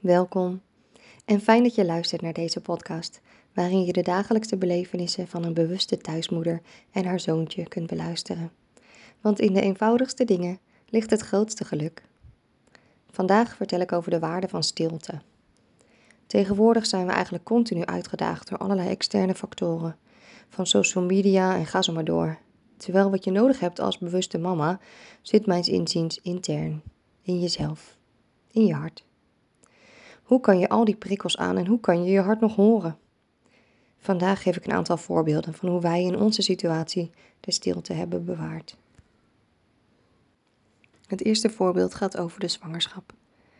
welkom en fijn dat je luistert naar deze podcast, waarin je de dagelijkse belevenissen van een bewuste thuismoeder en haar zoontje kunt beluisteren. Want in de eenvoudigste dingen ligt het grootste geluk. Vandaag vertel ik over de waarde van stilte. Tegenwoordig zijn we eigenlijk continu uitgedaagd door allerlei externe factoren, van social media en ga zo maar door. Terwijl wat je nodig hebt als bewuste mama zit mijns inziens intern, in jezelf, in je hart. Hoe kan je al die prikkels aan en hoe kan je je hart nog horen? Vandaag geef ik een aantal voorbeelden van hoe wij in onze situatie de stilte hebben bewaard. Het eerste voorbeeld gaat over de zwangerschap.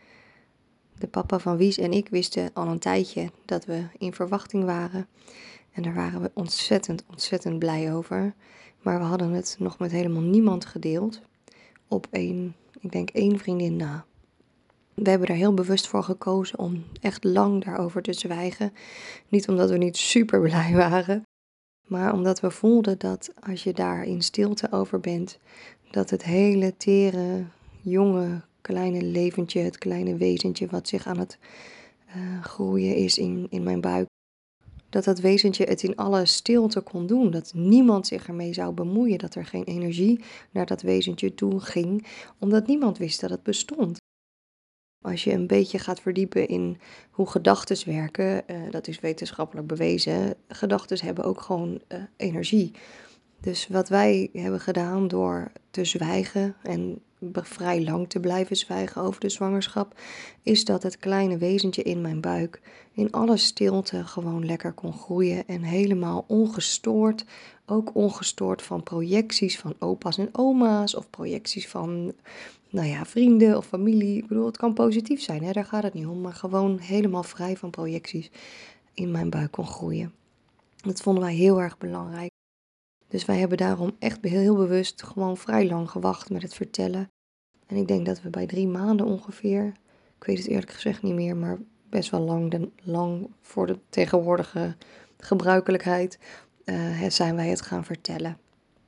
De papa van Wies en ik wisten al een tijdje dat we in verwachting waren. En daar waren we ontzettend blij over. Maar we hadden het nog met helemaal niemand gedeeld. Op één vriendin na. We hebben er heel bewust voor gekozen om echt lang daarover te zwijgen. Niet omdat we niet super blij waren, maar omdat we voelden dat als je daar in stilte over bent, dat het hele tere, jonge, kleine leventje, het kleine wezentje wat zich aan het groeien is in mijn buik, dat wezentje het in alle stilte kon doen. Dat niemand zich ermee zou bemoeien, dat er geen energie naar dat wezentje toe ging, omdat niemand wist dat het bestond. Als je een beetje gaat verdiepen in hoe gedachten werken, dat is wetenschappelijk bewezen. Gedachten hebben ook gewoon energie. Dus wat wij hebben gedaan door te zwijgen en vrij lang te blijven zwijgen over de zwangerschap, is dat het kleine wezentje in mijn buik in alle stilte gewoon lekker kon groeien en helemaal ongestoord. Ook ongestoord van projecties van opa's en oma's of projecties van vrienden of familie. Ik bedoel, het kan positief zijn, hè? Daar gaat het niet om. Maar gewoon helemaal vrij van projecties in mijn buik kon groeien. Dat vonden wij heel erg belangrijk. Dus wij hebben daarom echt heel bewust gewoon vrij lang gewacht met het vertellen. En ik denk dat we bij 3 maanden ongeveer, ik weet het eerlijk gezegd niet meer, maar best wel lang voor de tegenwoordige gebruikelijkheid, zijn wij het gaan vertellen.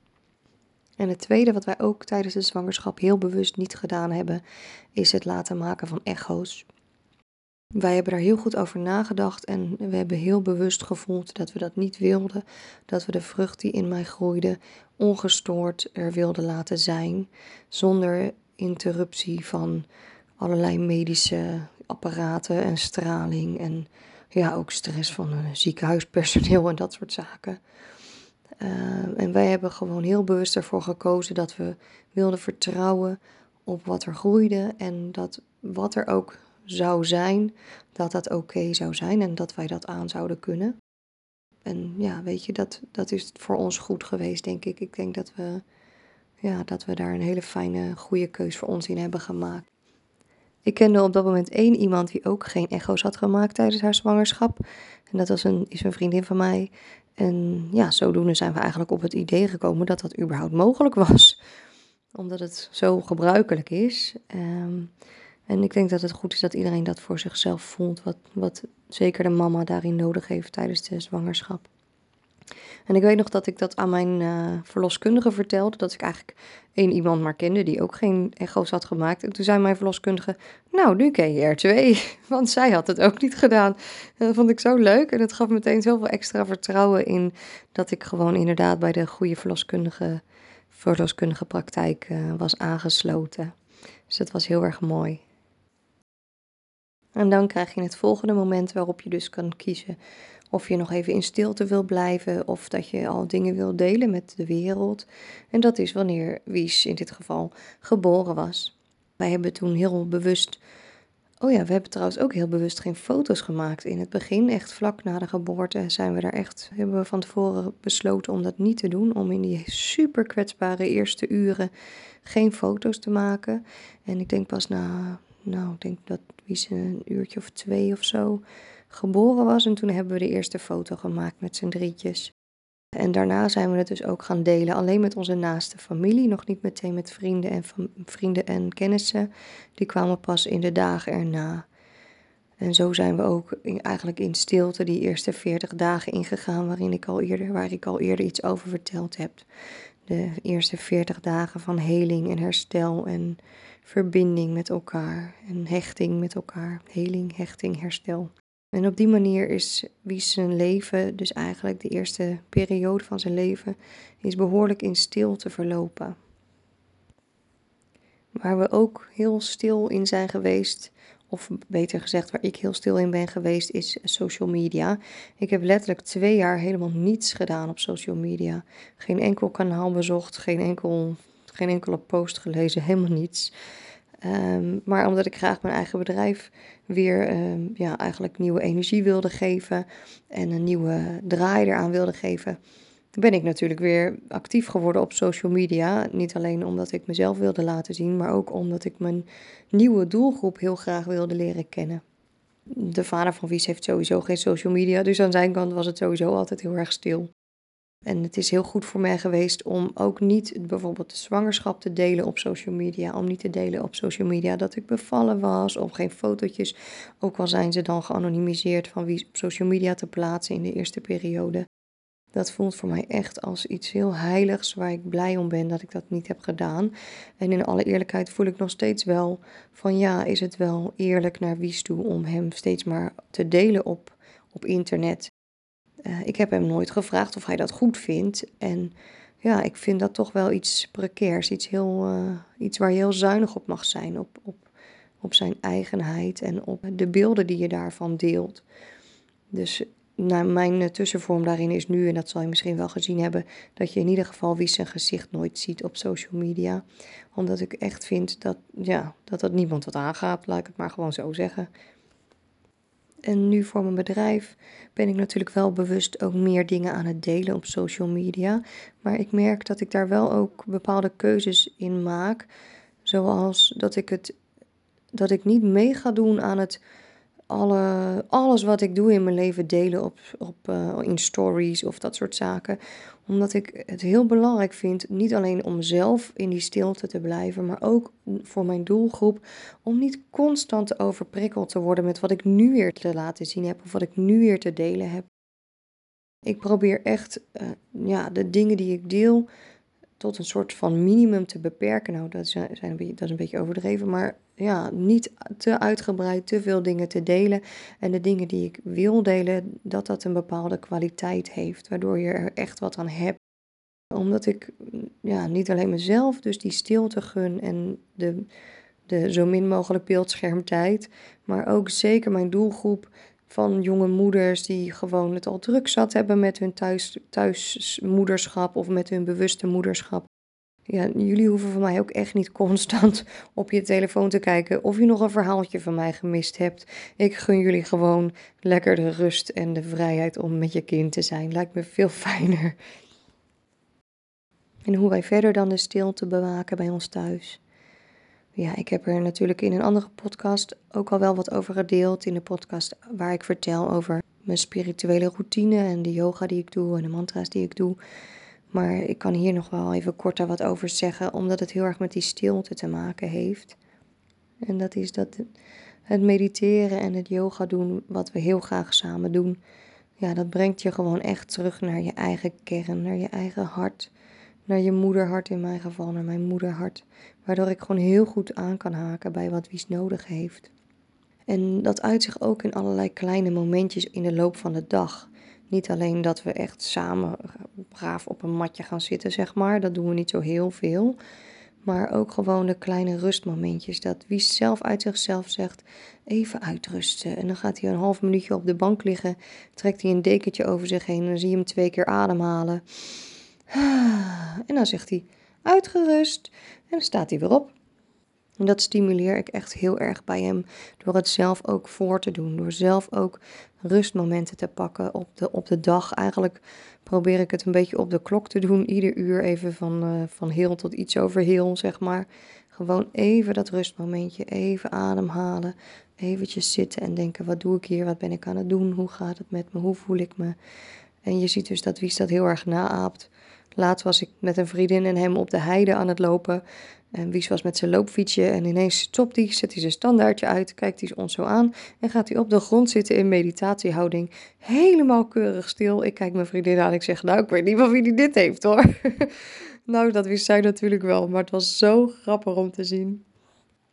En het tweede wat wij ook tijdens de zwangerschap heel bewust niet gedaan hebben, is het laten maken van echo's. Wij hebben daar heel goed over nagedacht en we hebben heel bewust gevoeld dat we dat niet wilden. Dat we de vrucht die in mij groeide ongestoord er wilden laten zijn, zonder interruptie van allerlei medische apparaten en straling en ook stress van ziekenhuispersoneel en dat soort zaken. En wij hebben gewoon heel bewust ervoor gekozen dat we wilden vertrouwen op wat er groeide en dat wat er ook zou zijn, dat dat oké zou zijn en dat wij dat aan zouden kunnen. En ja, weet je, dat is voor ons goed geweest, denk ik. Ik denk dat we daar een hele fijne, goede keus voor ons in hebben gemaakt. Ik kende op dat moment 1 iemand die ook geen echo's had gemaakt tijdens haar zwangerschap. En dat is een vriendin van mij. En ja, zodoende zijn we eigenlijk op het idee gekomen dat dat überhaupt mogelijk was. Omdat het zo gebruikelijk is. En ik denk dat het goed is dat iedereen dat voor zichzelf voelt. Wat zeker de mama daarin nodig heeft tijdens de zwangerschap. En ik weet nog dat ik dat aan mijn verloskundige vertelde. Dat ik eigenlijk 1 iemand maar kende die ook geen echo's had gemaakt. En toen zei mijn verloskundige, nou, nu ken je er 2. Want zij had het ook niet gedaan. En dat vond ik zo leuk. En het gaf meteen zoveel extra vertrouwen in dat ik gewoon inderdaad bij de goede verloskundige praktijk was aangesloten. Dus dat was heel erg mooi. En dan krijg je het volgende moment waarop je dus kan kiezen of je nog even in stilte wil blijven of dat je al dingen wil delen met de wereld. En dat is wanneer Wies in dit geval geboren was. Wij hebben toen heel bewust, we hebben trouwens ook heel bewust geen foto's gemaakt in het begin. Echt vlak na de geboorte hebben we van tevoren besloten om dat niet te doen. Om in die super kwetsbare eerste uren geen foto's te maken. En ik denk pas ik denk dat Wies een uurtje of 2 of zo geboren was. En toen hebben we de eerste foto gemaakt met z'n drietjes. En daarna zijn we het dus ook gaan delen, alleen met onze naaste familie. Nog niet meteen met vrienden en kennissen. Die kwamen pas in de dagen erna. En zo zijn we ook eigenlijk in stilte die eerste 40 dagen ingegaan waar ik al eerder iets over verteld heb. De eerste 40 dagen van heling en herstel en verbinding met elkaar en hechting met elkaar. Heling, hechting, herstel. En op die manier is Wies zijn leven, dus eigenlijk de eerste periode van zijn leven, is behoorlijk in stilte verlopen. Waar we ook heel stil in zijn geweest, of beter gezegd waar ik heel stil in ben geweest, is social media. Ik heb letterlijk 2 jaar helemaal niets gedaan op social media. Geen enkel kanaal bezocht, geen enkele post gelezen, helemaal niets. Maar omdat ik graag mijn eigen bedrijf weer eigenlijk nieuwe energie wilde geven en een nieuwe draai eraan wilde geven, ben ik natuurlijk weer actief geworden op social media. Niet alleen omdat ik mezelf wilde laten zien, maar ook omdat ik mijn nieuwe doelgroep heel graag wilde leren kennen. De vader van Wies heeft sowieso geen social media, dus aan zijn kant was het sowieso altijd heel erg stil. En het is heel goed voor mij geweest om ook niet bijvoorbeeld de zwangerschap te delen op social media. Om niet te delen op social media dat ik bevallen was, of geen fotootjes, ook al zijn ze dan geanonimiseerd van Wies op social media te plaatsen in de eerste periode. Dat voelt voor mij echt als iets heel heiligs waar ik blij om ben dat ik dat niet heb gedaan. En in alle eerlijkheid voel ik nog steeds wel van ja, is het wel eerlijk naar Wies toe om hem steeds maar te delen op internet. Ik heb hem nooit gevraagd of hij dat goed vindt. En ja, ik vind dat toch wel iets precairs, iets waar je heel zuinig op mag zijn. Op zijn eigenheid en op de beelden die je daarvan deelt. Dus mijn tussenvorm daarin is nu, en dat zal je misschien wel gezien hebben, dat je in ieder geval Wies zijn gezicht nooit ziet op social media. Omdat ik echt vind dat niemand wat aangaat, laat ik het maar gewoon zo zeggen. En nu voor mijn bedrijf ben ik natuurlijk wel bewust ook meer dingen aan het delen op social media. Maar ik merk dat ik daar wel ook bepaalde keuzes in maak. Zoals dat ik niet mee ga doen aan het alles wat ik doe in mijn leven delen in stories of dat soort zaken. Omdat ik het heel belangrijk vind, niet alleen om zelf in die stilte te blijven, maar ook voor mijn doelgroep, om niet constant overprikkeld te worden met wat ik nu weer te laten zien heb of wat ik nu weer te delen heb. Ik probeer echt de dingen die ik deel tot een soort van minimum te beperken. Nou, dat is een beetje overdreven, maar ja, niet te uitgebreid, te veel dingen te delen. En de dingen die ik wil delen, dat een bepaalde kwaliteit heeft, waardoor je er echt wat aan hebt. Omdat ik niet alleen mezelf dus die stilte gun en de zo min mogelijk beeldschermtijd, maar ook zeker mijn doelgroep van jonge moeders die gewoon het al druk zat hebben met hun thuismoederschap of met hun bewuste moederschap. Ja, jullie hoeven van mij ook echt niet constant op je telefoon te kijken of je nog een verhaaltje van mij gemist hebt. Ik gun jullie gewoon lekker de rust en de vrijheid om met je kind te zijn. Lijkt me veel fijner. En hoe wij verder dan de stilte bewaken bij ons thuis. Ja, ik heb er natuurlijk in een andere podcast ook al wel wat over gedeeld. In de podcast waar ik vertel over mijn spirituele routine en de yoga die ik doe en de mantra's die ik doe. Maar ik kan hier nog wel even kort daar wat over zeggen, omdat het heel erg met die stilte te maken heeft. En dat is dat het mediteren en het yoga doen, wat we heel graag samen doen, ja, dat brengt je gewoon echt terug naar je eigen kern, naar je eigen hart. Naar je moederhart in mijn geval, naar mijn moederhart. Waardoor ik gewoon heel goed aan kan haken bij wat Wies nodig heeft. En dat uit zich ook in allerlei kleine momentjes in de loop van de dag. Niet alleen dat we echt samen braaf op een matje gaan zitten, zeg maar. Dat doen we niet zo heel veel. Maar ook gewoon de kleine rustmomentjes. Dat Wies zelf uit zichzelf zegt, even uitrusten. En dan gaat hij een half minuutje op de bank liggen. Trekt hij een dekentje over zich heen. En dan zie je hem 2 keer ademhalen. En dan zegt hij, uitgerust. En dan staat hij weer op. En dat stimuleer ik echt heel erg bij hem. Door het zelf ook voor te doen. Door zelf ook rustmomenten te pakken op de dag. Eigenlijk probeer ik het een beetje op de klok te doen. Ieder uur even van heel tot iets over heel, zeg maar. Gewoon even dat rustmomentje. Even ademhalen. Eventjes zitten en denken, wat doe ik hier? Wat ben ik aan het doen? Hoe gaat het met me? Hoe voel ik me? En je ziet dus dat Wies dat heel erg naaapt. Laatst was ik met een vriendin en hem op de heide aan het lopen. En Wies was met zijn loopfietsje en ineens stopt hij, zet hij zijn standaardje uit, kijkt hij ons zo aan en gaat hij op de grond zitten in meditatiehouding. Helemaal keurig stil. Ik kijk mijn vriendin aan en ik zeg, nou, ik weet niet van wie die dit heeft hoor. Nou, dat wist zij natuurlijk wel, maar het was zo grappig om te zien.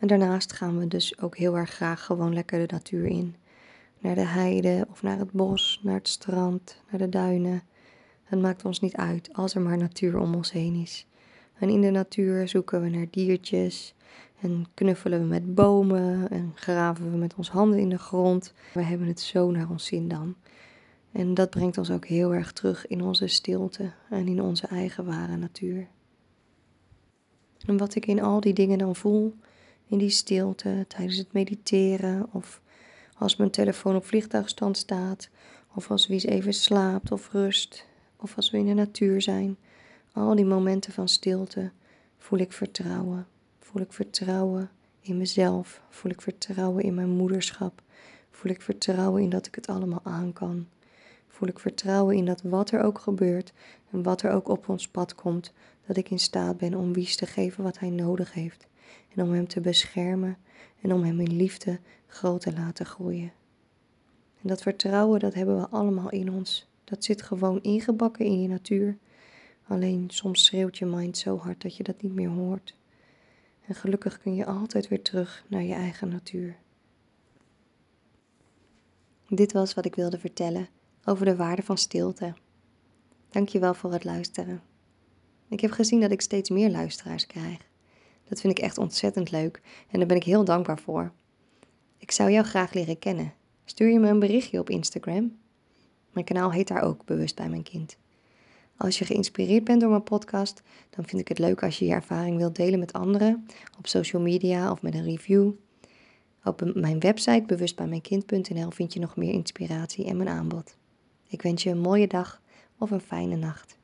En daarnaast gaan we dus ook heel erg graag gewoon lekker de natuur in. Naar de heide of naar het bos, naar het strand, naar de duinen. Het maakt ons niet uit als er maar natuur om ons heen is. En in de natuur zoeken we naar diertjes en knuffelen we met bomen en graven we met onze handen in de grond. We hebben het zo naar ons zin dan. En dat brengt ons ook heel erg terug in onze stilte en in onze eigen ware natuur. En wat ik in al die dingen dan voel, in die stilte, tijdens het mediteren of als mijn telefoon op vliegtuigstand staat, of als Wies even slaapt of rust, of als we in de natuur zijn. Al die momenten van stilte voel ik vertrouwen. Voel ik vertrouwen in mezelf. Voel ik vertrouwen in mijn moederschap. Voel ik vertrouwen in dat ik het allemaal aan kan. Voel ik vertrouwen in dat wat er ook gebeurt en wat er ook op ons pad komt, dat ik in staat ben om Wies te geven wat hij nodig heeft. En om hem te beschermen en om hem in liefde groot te laten groeien. En dat vertrouwen, dat hebben we allemaal in ons. Dat zit gewoon ingebakken in je natuur. Alleen soms schreeuwt je mind zo hard dat je dat niet meer hoort. En gelukkig kun je altijd weer terug naar je eigen natuur. Dit was wat ik wilde vertellen over de waarde van stilte. Dankjewel voor het luisteren. Ik heb gezien dat ik steeds meer luisteraars krijg. Dat vind ik echt ontzettend leuk en daar ben ik heel dankbaar voor. Ik zou jou graag leren kennen. Stuur je me een berichtje op Instagram? Mijn kanaal heet daar ook Bewust bij mijn kind. Als je geïnspireerd bent door mijn podcast, dan vind ik het leuk als je je ervaring wilt delen met anderen, op social media of met een review. Op mijn website bewustbijmijnkind.nl vind je nog meer inspiratie en mijn aanbod. Ik wens je een mooie dag of een fijne nacht.